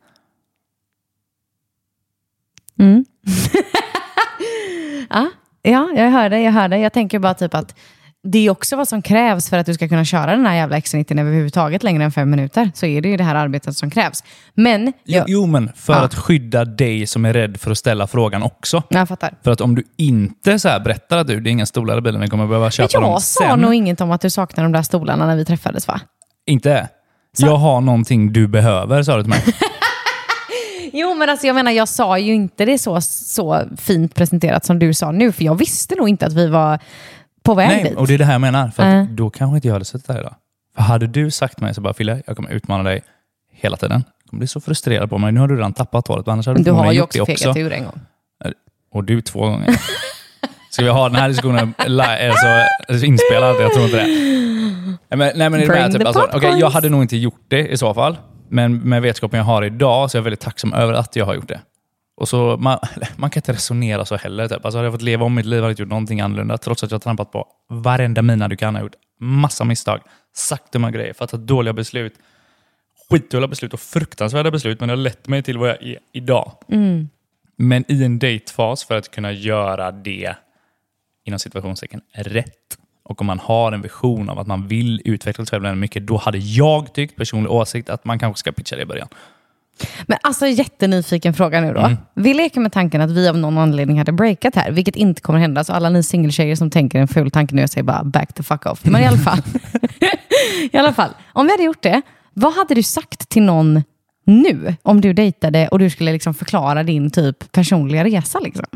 Ja, jag hör det. Jag tänker bara typ att det är också vad som krävs för att du ska kunna köra den här jävla X90 överhuvudtaget längre än 5 minuter. Så är det ju det här arbetet som krävs. Men... men för att skydda dig som är rädd för att ställa frågan också. Jag fattar. För att om du inte så här berättar att det är inga stolar i bilen, vi kommer behöva köpa dem sen. Jag sa nog inget om att du saknar de där stolarna när vi träffades, va? Inte? Jag har någonting du behöver, sa du till mig. Jo, men alltså jag menar, jag sa ju inte det så fint presenterat som du sa nu, för jag visste nog inte att vi var på väg dit. Och det är det här jag menar, för att då kanske inte jag hade suttit där idag. För hade du sagt mig så bara, Fille, jag kommer utmana dig hela tiden. Jag kommer bli så frustrerad på mig. Nu har du redan tappat talet, annars hade du har ju också fegat fegat ur en gång. Och du 2 gånger. Ska vi ha den här diskussionen inspelad? Jag tror inte det. Nej, men det är typ, alltså, jag hade nog inte gjort det i så fall. Men med vetskapen jag har idag så är jag väldigt tacksam över att jag har gjort det. Och så man kan inte resonera så heller. Typ. Alltså, hade jag fått leva om mitt liv hade jag inte gjort någonting annorlunda. Trots att jag har trampat på varenda mina du kan ha gjort. Massa misstag. Sagt dumma grejer. Fattat dåliga beslut. Skitdåliga beslut och fruktansvärda beslut. Men det har lett mig till vad jag är idag. Mm. Men i en datefas för att kunna göra det inom situationstecken rätt. Och om man har en vision av att man vill utveckla sig väldigt mycket, då hade jag tyckt, personlig åsikt, att man kanske ska pitcha det i början. Men alltså jättenyfiken fråga nu då. Vi leker med tanken att vi av någon anledning hade breakat här, vilket inte kommer hända. Så alla ni singeltjejer som tänker en ful tanke nu, jag säger bara back the fuck off. Men i alla fall, om vi hade gjort det, vad hade du sagt till någon nu om du dejtade och du skulle liksom förklara din typ personliga resa liksom?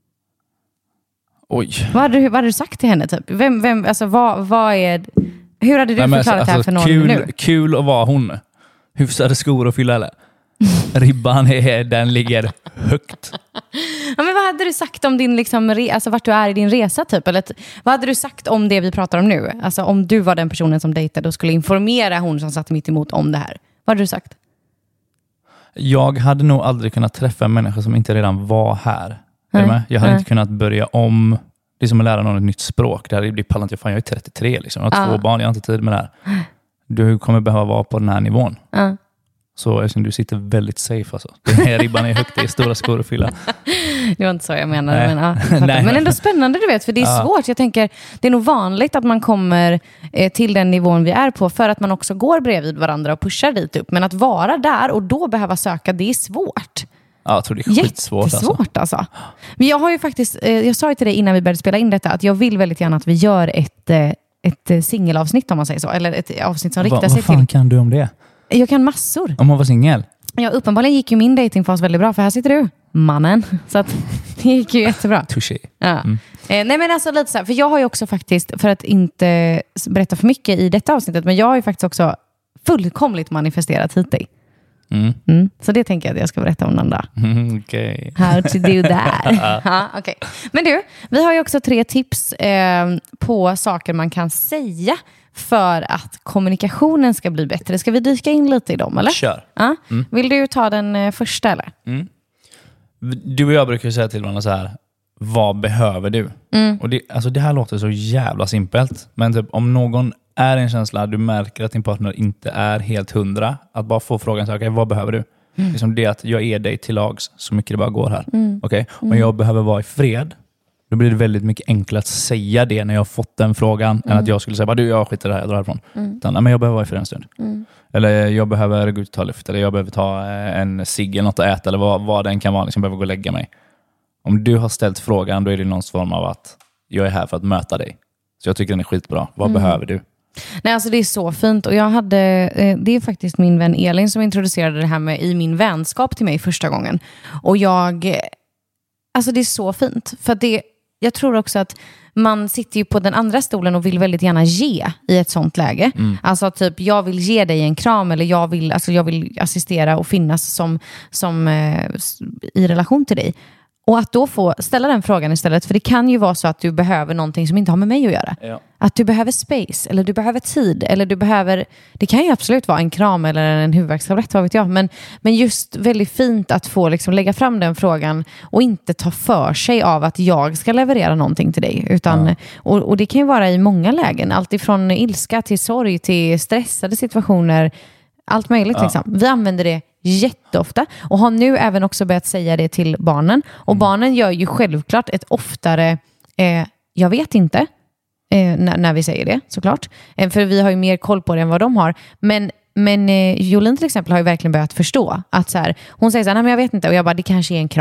Oj. Vad hade du sagt till henne typ? Alltså vad är... Hur hade du förklarat det här för någon nu? Kul att vara hon. Hyfsade skor att fylla eller? Ribban den ligger högt. Ja, men vad hade du sagt om din liksom, alltså vart du är i din resa typ? Eller vad hade du sagt om det vi pratar om nu? Alltså om du var den personen som dejtade och skulle informera hon som satt mitt emot om det här. Vad hade du sagt? Jag hade nog aldrig kunnat träffa en människa som inte redan var här. Är du med? Jag hade inte kunnat börja om. Det är som att lära någon ett nytt språk. Det blir pallant. Jag är 33 liksom. Jag har 2 barn. Jag har inte tid med det här. Du kommer behöva vara på den här nivån. Så eftersom du sitter väldigt safe alltså. Den här ribban är högt. Det är stora skor att fylla. Det var inte så jag menade. Men ändå spännande du vet. För det är svårt. Jag tänker, det är nog vanligt att man kommer till den nivån vi är på. För att man också går bredvid varandra och pushar dit upp. Men att vara där och då behöva söka, det är svårt. Ja, jag tror det är skitsvårt. Jättesvårt alltså. Men jag har ju faktiskt, jag sa ju till dig innan vi började spela in detta att jag vill väldigt gärna att vi gör ett singelavsnitt om man säger så. Eller ett avsnitt som riktar sig till... Vad fan kan du om det? Jag kan massor. Om man var singel? Ja, uppenbarligen gick ju min datingfas väldigt bra. För här sitter du, mannen. Så att det gick ju jättebra. Touché. Ja. Nej men alltså lite så här, för jag har ju också faktiskt, för att inte berätta för mycket i detta avsnittet, men jag har ju faktiskt också fullkomligt manifesterat hit dig. Så det tänker jag att jag ska berätta om någon dag. Okay. How to do that. Okay. Men du, vi har ju också 3 tips på saker man kan säga för att kommunikationen ska bli bättre. Ska vi dyka in lite i dem, eller? Kör. Vill du ta den första, eller? Du och jag brukar säga till varandra så här: vad behöver du? Och det här låter så jävla simpelt. Men typ, om någon är en känsla, du märker att din partner inte är helt 100, att bara få frågan så här, okay, vad behöver du? Liksom det att jag är dig till lags så mycket det bara går här. Okay? Om jag behöver vara i fred, då blir det väldigt mycket enklare att säga det när jag har fått den frågan än att jag skulle säga, du, jag skiter i det här, jag drar härifrån. Utan, men jag behöver vara i fred en stund. Eller jag behöver gå ut och ta luft, eller jag behöver ta en cigg eller något att äta, eller vad den kan vara, liksom behöver gå och lägga mig. Om du har ställt frågan, då är det någon form av att jag är här för att möta dig. Så jag tycker den är skitbra. Vad behöver du? Nej, alltså det är så fint. Och jag hade, det är faktiskt min vän Elin som introducerade det här med i min vänskap till mig första gången. Och alltså det är så fint. För jag tror också att man sitter ju på den andra stolen och vill väldigt gärna ge i ett sånt läge. Alltså typ, jag vill ge dig en kram, eller jag vill assistera och finnas som i relation till dig. Och att då få ställa den frågan istället. För det kan ju vara så att du behöver någonting som inte har med mig att göra. Ja. Att du behöver space, eller du behöver tid, eller du behöver... Det kan ju absolut vara en kram eller en huvudvärkstablett, vad vet jag. Men just väldigt fint att få liksom lägga fram den frågan och inte ta för sig av att jag ska leverera någonting till dig. Utan, och det kan ju vara i många lägen. Allt ifrån ilska till sorg till stressade situationer. Allt möjligt liksom. Vi använder det jätteofta och har nu även också börjat säga det till barnen. Och barnen gör ju självklart ett oftare jag vet inte när vi säger det, såklart. För vi har ju mer koll på det än vad de har. Men Jolin till exempel har ju verkligen börjat förstå att så här, hon säger så här, nej men jag vet inte, och jag bara, det kanske är en kram.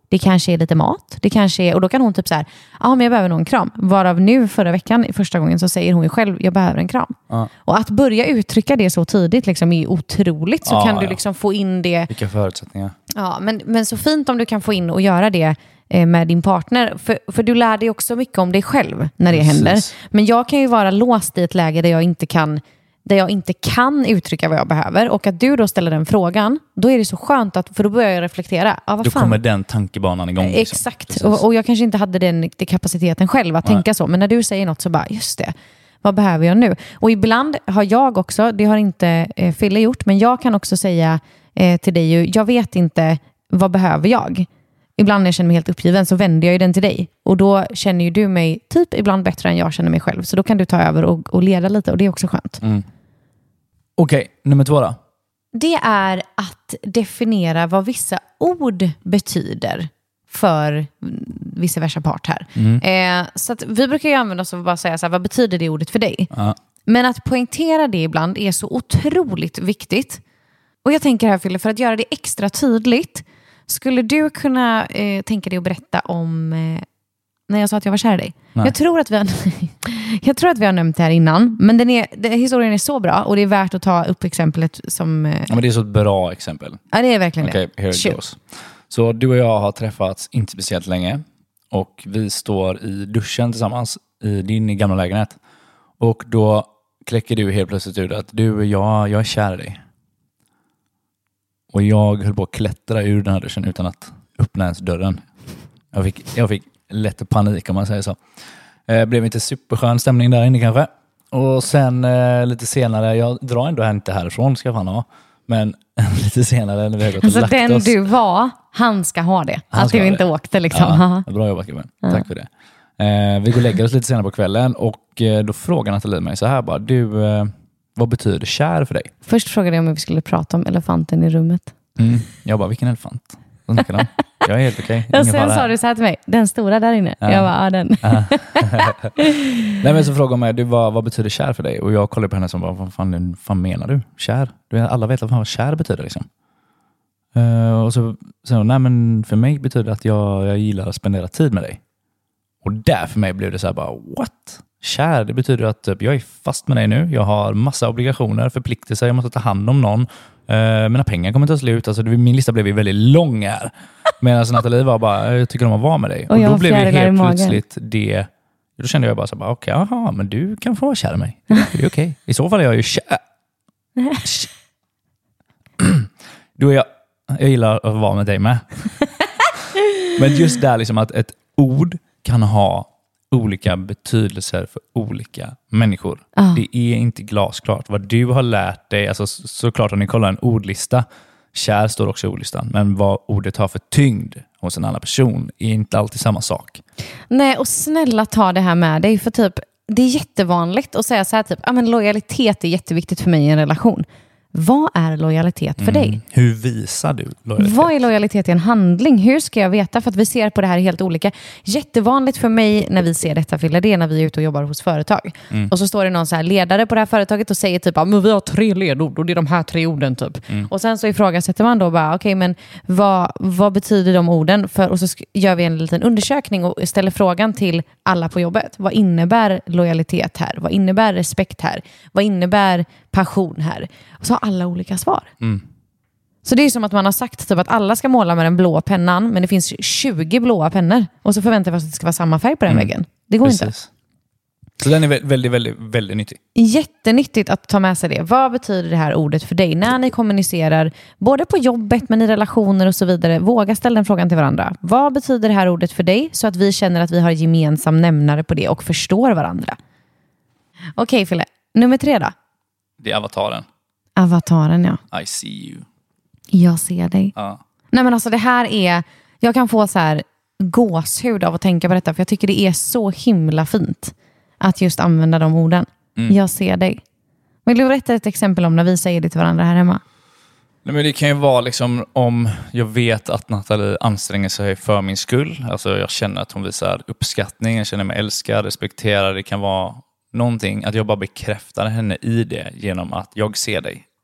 Det kanske är lite mat. Det kanske är, och då kan hon typ så här, men jag behöver nog en kram. Varav nu förra veckan, första gången, så säger hon ju själv, jag behöver en kram. Och att börja uttrycka det så tidigt liksom, är otroligt. Så kan du liksom få in det. Vilka förutsättningar. Ja, men så fint om du kan få in och göra det med din partner. För du lär dig också mycket om dig själv när det händer. Men jag kan ju vara låst i ett läge där jag inte kan uttrycka vad jag behöver. Och att du då ställer den frågan, då är det så skönt för då börjar jag reflektera. Då kommer den tankebanan igång. Liksom. Exakt. Och jag kanske inte hade den kapaciteten själv att tänka så. Men när du säger något så bara, just det. Vad behöver jag nu? Och ibland har jag också, det har inte Fille gjort, men jag kan också säga till dig ju, jag vet inte, vad behöver jag? Ibland när jag känner mig helt uppgiven så vänder jag ju den till dig. Och då känner ju du mig typ ibland bättre än jag känner mig själv. Så då kan du ta över och leda lite och det är också skönt. Okej, nummer 2 då? Det är att definiera vad vissa ord betyder för vice versa part här. Så att vi brukar ju använda oss av att bara säga så här, vad betyder det ordet för dig? Men att poängtera det ibland är så otroligt viktigt. Och jag tänker här, Fille, för att göra det extra tydligt, skulle du kunna tänka dig att berätta om när jag sa att jag var kär i dig? Jag tror att vi har nämnt det här innan, men historien är så bra och det är värt att ta upp exemplet som... Ja, men det är så ett bra exempel. Ja, det är verkligen det. Okej, here it goes. Så du och jag har träffats inte speciellt länge och vi står i duschen tillsammans i din gamla lägenhet. Och då kläcker du helt plötsligt ut att jag är kär i dig. Och jag höll på att klättra ur den här duschen utan att öppna ens dörren. Jag fick lätt panik om man säger så. Blev inte superskön stämning där inne kanske. Och sen lite senare, jag drar ändå inte härifrån ska fan ha. Men lite senare när vi har gått och lagt den oss. du var, han ska ha det. Att du inte åkte liksom. Ja, bra jobbat gubben. Tack för det. Vi går och lägger oss lite senare på kvällen och då frågar Nathalie mig så här bara, vad betyder kär för dig? Först frågade jag om vi skulle prata om elefanten i rummet. Jag bara, vilken elefant? Jag är helt okej. Och sen sa du så här till mig, den stora där inne. Jag bara, den. Nej, men så frågade hon mig, vad betyder kär för dig? Och jag kollade på henne som bara, vad fan menar du? Kär? Alla vet vad kär betyder liksom. Och så sa hon, nej men för mig betyder det att jag gillar att spendera tid med dig. Och där för mig blev det så här bara, what? Kär, det betyder att typ, jag är fast med dig nu. Jag har massa obligationer, förpliktelser. Jag måste ta hand om någon. Mina pengar kommer ta slut. Alltså, min lista blev ju väldigt lång här. Medan Nathalie var bara, jag tycker om att vara med dig. Och då blev det helt plötsligt det. Då kände jag bara så här, okej, aha, men du kan få vara kär i mig. Det är okej. I så fall är jag ju kär. Du och jag gillar att vara med dig med. Men just där liksom att ett ord kan ha olika betydelser för olika människor. Det är inte glasklart. Vad du har lärt dig, alltså såklart om ni kollar en ordlista, kär står också i ordlistan, men vad ordet har för tyngd hos en annan person är inte alltid samma sak. Nej, och snälla ta det här med dig, för typ, det är jättevanligt att säga så här typ, men lojalitet är jätteviktigt för mig i en relation. Vad är lojalitet för dig? Hur visar du lojalitet? Vad är lojalitet i en handling? Hur ska jag veta? För att vi ser på det här helt olika. Jättevanligt för mig när vi ser detta, Fille, det är när vi är ute och jobbar hos företag. Och så står det någon så här ledare på det här företaget och säger typ, men vi har 3 ledord och det är de här 3 orden typ. Och sen så ifrågasätter man då bara, okej, men vad betyder de orden? Och så gör vi en liten undersökning och ställer frågan till alla på jobbet. Vad innebär lojalitet här? Vad innebär respekt här? Vad innebär passion här? Och så har alla olika svar. Så det är som att man har sagt typ, att alla ska måla med den blåa pennan, men det finns 20 blåa pennor. Och så förväntar vi oss att det ska vara samma färg på den väggen. Det går inte. Så den är väldigt, väldigt, väldigt nyttig. Jättenyttigt att ta med sig det. Vad betyder det här ordet för dig? När ni kommunicerar, både på jobbet men i relationer och så vidare, våga ställa den frågan till varandra. Vad betyder det här ordet för dig? Så att vi känner att vi har gemensam nämnare på det och förstår varandra. Okej, Fille. Nummer 3 då? Det är avataren. Avataren, ja. I see you. Jag ser dig. Nej, men alltså det här är... Jag kan få så här gåshud av att tänka på detta. För jag tycker det är så himla fint att just använda de orden. Jag ser dig. Vill du berätta ett exempel om när vi säger det till varandra här hemma? Nej, men det kan ju vara liksom om jag vet att Nathalie anstränger sig för min skull. Alltså jag känner att hon visar uppskattning. Jag känner mig älskad, respekterad. Det kan vara någonting att jag bara bekräftar henne i det genom att jag ser dig.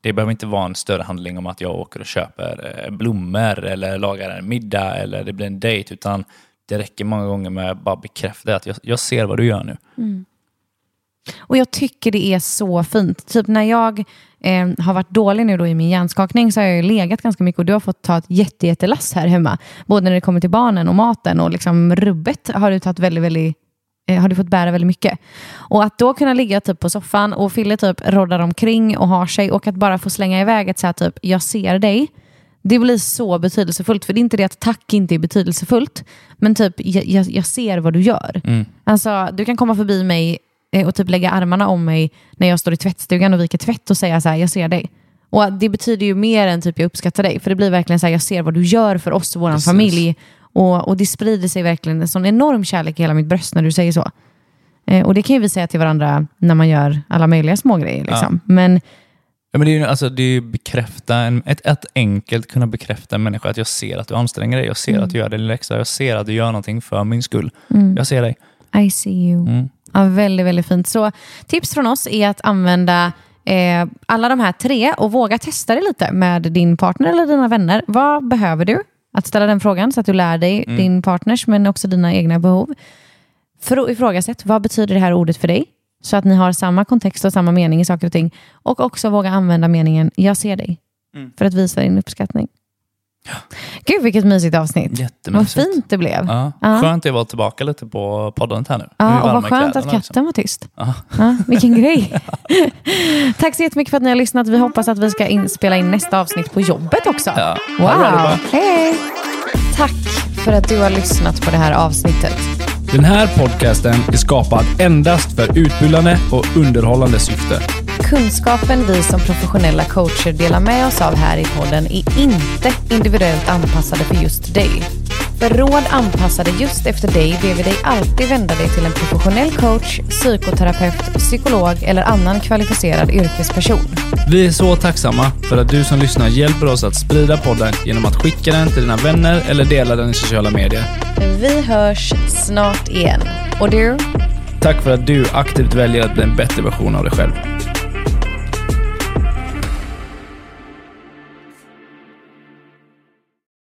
Det behöver inte vara en större handling om att jag åker och köper blommor eller lagar en middag eller det blir en dejt, utan det räcker många gånger med att bara bekräfta att jag ser vad du gör nu. Och jag tycker det är så fint. Typ när jag har varit dålig nu då i min hjärnskakning, så har jag ju legat ganska mycket och du har fått ta ett jättelass här hemma. Både när det kommer till barnen och maten och liksom rubbet har du tagit har du fått bära väldigt mycket. Och att då kunna ligga typ på soffan och Fille typ roddar omkring och har sig, och att bara få slänga iväg ett så här typ, jag ser dig. Det blir så betydelsefullt. För det är inte det att tack inte är betydelsefullt, men typ jag ser vad du gör. Alltså du kan komma förbi mig och typ lägga armarna om mig när jag står i tvättstugan och viker tvätt och säga så här, jag ser dig. Och det betyder ju mer än typ jag uppskattar dig. För det blir verkligen så här, jag ser vad du gör för oss och vår familj. Och det sprider sig verkligen en sån enorm kärlek i hela mitt bröst när du säger så. Och det kan ju vi säga till varandra när man gör alla möjliga små grejer. Liksom. Ja. Men det är ju alltså, ett enkelt kunna bekräfta en människa att jag ser att du anstränger dig. Jag ser att du gör det lilla extra. Jag ser att du gör någonting för min skull. Jag ser dig. I see you. Ja, väldigt, väldigt fint. Så tips från oss är att använda alla de här 3 och våga testa det lite med din partner eller dina vänner. Vad behöver du? Att ställa den frågan så att du lär dig din partners men också dina egna behov. Ifrågasätt, vad betyder det här ordet för dig? Så att ni har samma kontext och samma mening i saker och ting. Och också våga använda meningen, jag ser dig. För att visa din uppskattning. Ja. Gud, vilket mysigt avsnitt. Jättemysigt. Vad fint det blev. Ja. Skönt att vara tillbaka lite på poddandet här nu. Ja, och vad skönt att katten var tyst. Ja, vilken grej. Tack så jättemycket för att ni har lyssnat. Vi hoppas att vi ska spela in nästa avsnitt på jobbet också. Ja. Wow, hej. Tack för att du har lyssnat på det här avsnittet. Den här podcasten är skapad endast för utbildande och underhållande syfte. Kunskapen vi som professionella coacher delar med oss av här i podden är inte individuellt anpassade för just dig. För råd anpassade just efter dig ber vi dig alltid vända dig till en professionell coach, psykoterapeut, psykolog eller annan kvalificerad yrkesperson. Vi är så tacksamma för att du som lyssnar hjälper oss att sprida podden genom att skicka den till dina vänner eller dela den i sociala medier. Vi hörs snart igen. Och du? Tack för att du aktivt väljer att bli en bättre version av dig själv.